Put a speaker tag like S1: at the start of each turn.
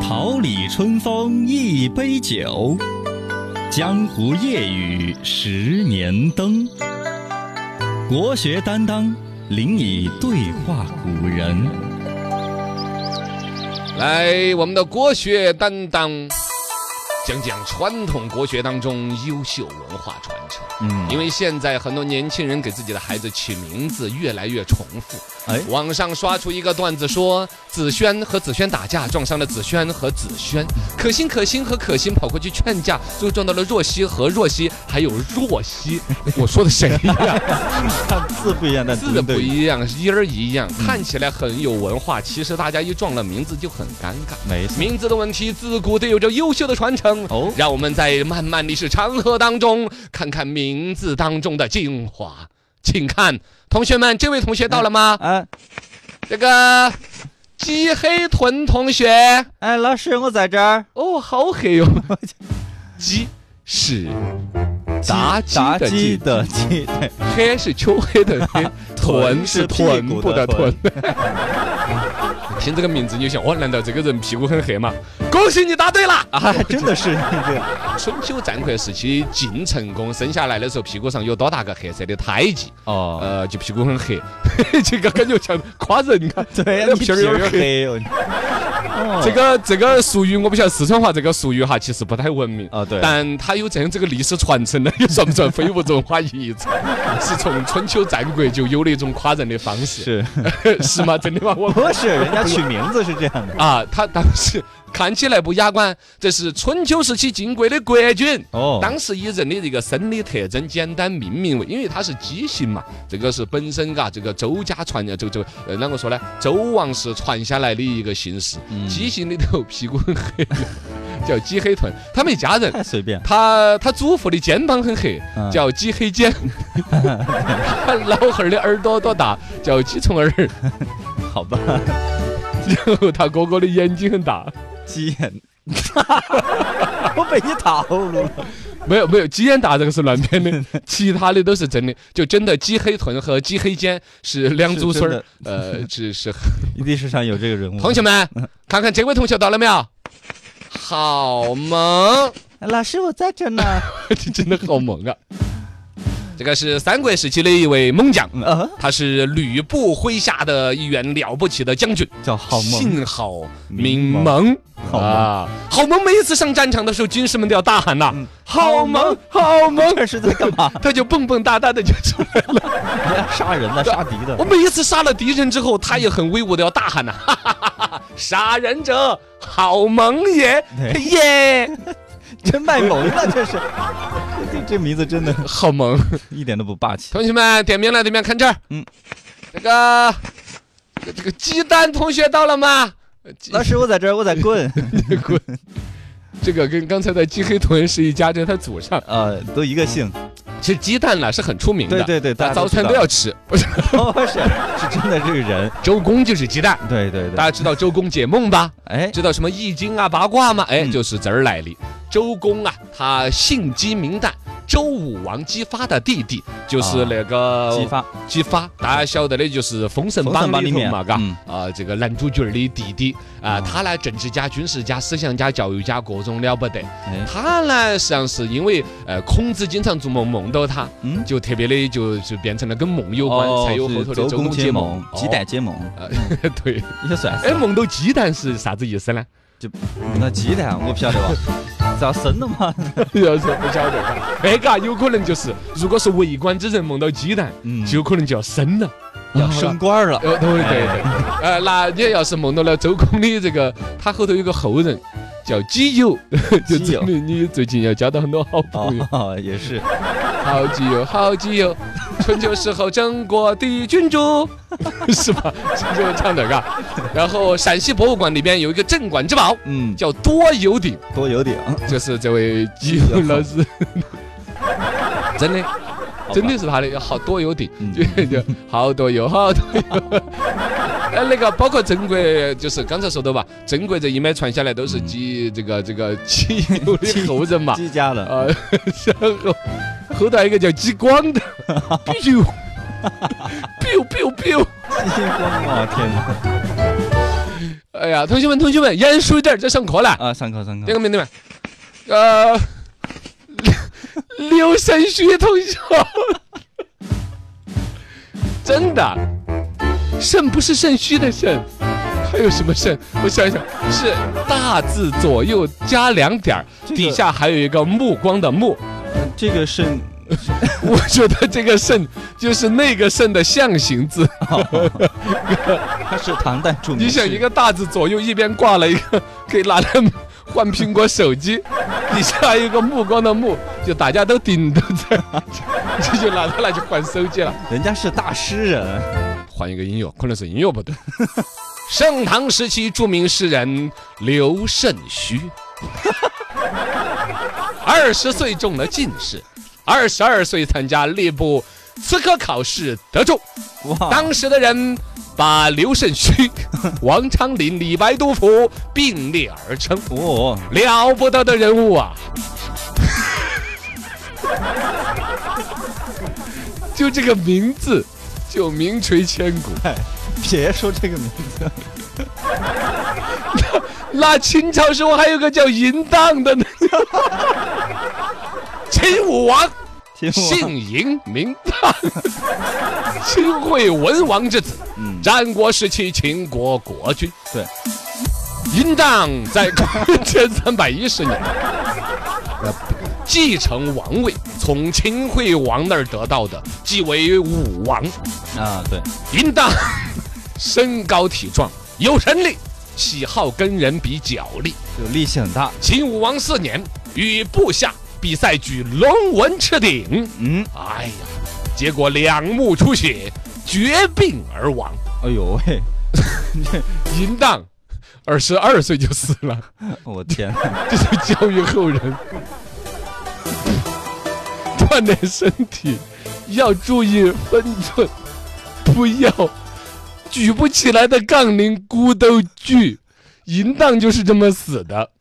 S1: 桃李春风一杯酒，江湖夜雨10年灯。国学担当，领你对话古人。
S2: 来，我们的国学担当讲讲传统国学当中优秀文化传承。因为现在很多年轻人给自己的孩子取名字越来越重复。网上刷出一个段子说，子轩和子轩打架，撞伤了子轩和子轩。可心和可心跑过去劝架，最后撞到了若曦和若曦，还有若曦。我说的谁呀？
S1: 字不一样，但
S2: 字不一样，音儿一样，看起来很有文化，其实大家一撞了名字就很尴尬。
S1: 没错，
S2: 名字的问题自古都有着优秀的传承。让我们在漫漫历史长河当中看看名字当中的精华。请看，同学们，这位同学到了吗？这个鸡黑豚同学。
S1: 老师，我在这儿。
S2: 哦，好黑哟。鸡是炸鸡的鸡，黑是黢黑的黑，豚是臀部的豚。听这个名字你就想，难道这个人屁股很黑吗？恭喜你答对了
S1: 啊！真的是
S2: 春秋战国时期晋成公生下来的时候，屁股上有多大个黑色的胎记就屁股很黑。这个感觉像夸人，你看，
S1: 对，
S2: 屁儿有点黑。这个俗语我不晓得四川话这个俗语哈，其实不太文明
S1: 对，
S2: 但它有这样这个历史传承呢，也算不算非物质文化遗产？是从春秋战国就有的一种夸人的方式，是吗？真的吗？我
S1: 不是，人家取名字是这样的
S2: 啊，他当时看起来不雅观，这是春秋时期晋国的国君当时以人的这个生理特征简单命名为，因为他是姬姓嘛，这个是本身这个周家传啷个说呢？周王室传下来的一个姓氏，姬姓里头屁股很黑，叫鸡黑豚。他没家人，
S1: 太随便。
S2: 他祖父的肩膀很黑，叫鸡黑肩。他老汉儿的耳朵多大，叫鸡虫儿。
S1: 好吧。
S2: 然后他哥哥的眼睛很大。
S1: 鸡眼，我被你套路了。
S2: 没有，鸡眼大这个是乱编的，其他的都是真的。就真的鸡黑豚和鸡黑肩是两组孙儿，只是
S1: 历史上有这个人物。
S2: 同学们，看看这位同学到了没有？好萌，
S1: 老师我在这呢。
S2: 这真的好萌啊！这个是三国时期的一位猛将，他是吕布麾下的一员了不起的将军，
S1: 叫郝萌，
S2: 姓郝名萌啊。郝萌每一次上战场的时候，军士们都要大喊呐：“郝萌，郝萌！”
S1: 这是在干嘛？
S2: 他就蹦蹦哒哒的就出来了，
S1: 杀人的，杀敌的。
S2: 我每一次杀了敌人之后，他也很威武的要大喊呐：“杀人者郝萌也！”耶！
S1: 真卖萌了，这是。这名字真的
S2: 好萌，
S1: 一点都不霸气。
S2: 同学们，点名了，看这儿。这个鸡蛋同学到了吗？
S1: 老师，我在这儿，我在滚。
S2: 滚。这个跟刚才的鸡黑豚是一家，这是他祖上。
S1: 都一个姓。
S2: 其实鸡蛋是很出名的，
S1: 对，大家
S2: 早餐都要吃。
S1: 不是，是真的这个人。
S2: 周公就是鸡蛋。对，大家知道周公解梦吧？知道什么易经啊、八卦吗？就是这儿来的。周公啊，他姓姬名旦，周武王姬发的弟弟，就是那个姬发，大家晓得的就是《封神榜》里头嘛，嘎这个男主角的弟弟啊，他呢政治家、军事家、思想家、教育家，各种了不得。他呢实际上是因为孔子经常做梦梦到他，就特别的就变成了跟梦有关，才有后头的周公解梦、
S1: 鸡蛋解梦。
S2: 对，
S1: 也算。
S2: 梦到鸡蛋是啥子意思呢？
S1: 就那鸡蛋我不晓得吧。是要生的吗？
S2: 要是不晓得，嘎，有可能就是，如果是为官之人梦到鸡蛋，就有可能就要生了，
S1: 要升官了。
S2: 对，那你要是梦到了周公的这个，他后头有个后人叫姬友，就证明你最近要交到很多好朋友。
S1: 也是，
S2: 好基友，好基友，春秋时候郑国的君主，是吧？就唱的，嘎。然后陕西博物馆里边有一个镇馆之宝，叫多油鼎。
S1: 多油鼎，
S2: 就是这位姬友老师，真的是他的好多油鼎，就好多油。那个包括郑国，就是刚才说的吧，郑国这一脉传下来都是这个姬友的后人嘛，
S1: 姬家的
S2: 然后后头一个叫姬光的，biu，
S1: 姬光啊，天哪！
S2: 哎呀，同学们，严肃一点，在上课了
S1: 啊！上课。
S2: 这个妹妹们，刘胜旭同学，真的，肾不是肾虚的肾，还有什么肾？我想想，是大字左右加2点，底下还有一个目光的目。
S1: 这个肾。
S2: 我觉得这个肾就是那个肾的象形字，
S1: 它是唐代著名。
S2: 你想一个大字左右一边挂了一个可以拿来换苹果手机，底下还有一个目光的目，就大家都顶都在，这就拿它去换手机了。
S1: 人家是大诗人，
S2: 换一个音乐，可能是音乐不对。盛唐时期著名诗人刘胜虚，20岁中了进士。22岁参加吏部刺客考试得中，当时的人把刘胜虚、王昌龄、李白、杜甫并列而称，了不得的人物啊！就这个名字就名垂千古。
S1: 别说这个名字，
S2: 那清朝时候还有个叫淫荡的呢。秦武王姓嬴名荡，秦惠文王之子，战国时期秦国国君。
S1: 对，
S2: 嬴荡在公元前310年继承王位，从秦惠王那儿得到的，即为武王。
S1: 啊，对，
S2: 嬴荡身高体壮，有神力，喜好跟人比脚力，
S1: 有力气很大。
S2: 秦武王4年，与部下比赛举龙纹赤鼎，哎呀，结果2目出血，绝病而亡。
S1: 哎呦喂，
S2: 嬴荡22岁就死了，
S1: 我天哪！
S2: 这就教育后人，锻炼身体要注意分寸，不要举不起来的杠铃骨头锯。嬴荡就是这么死的。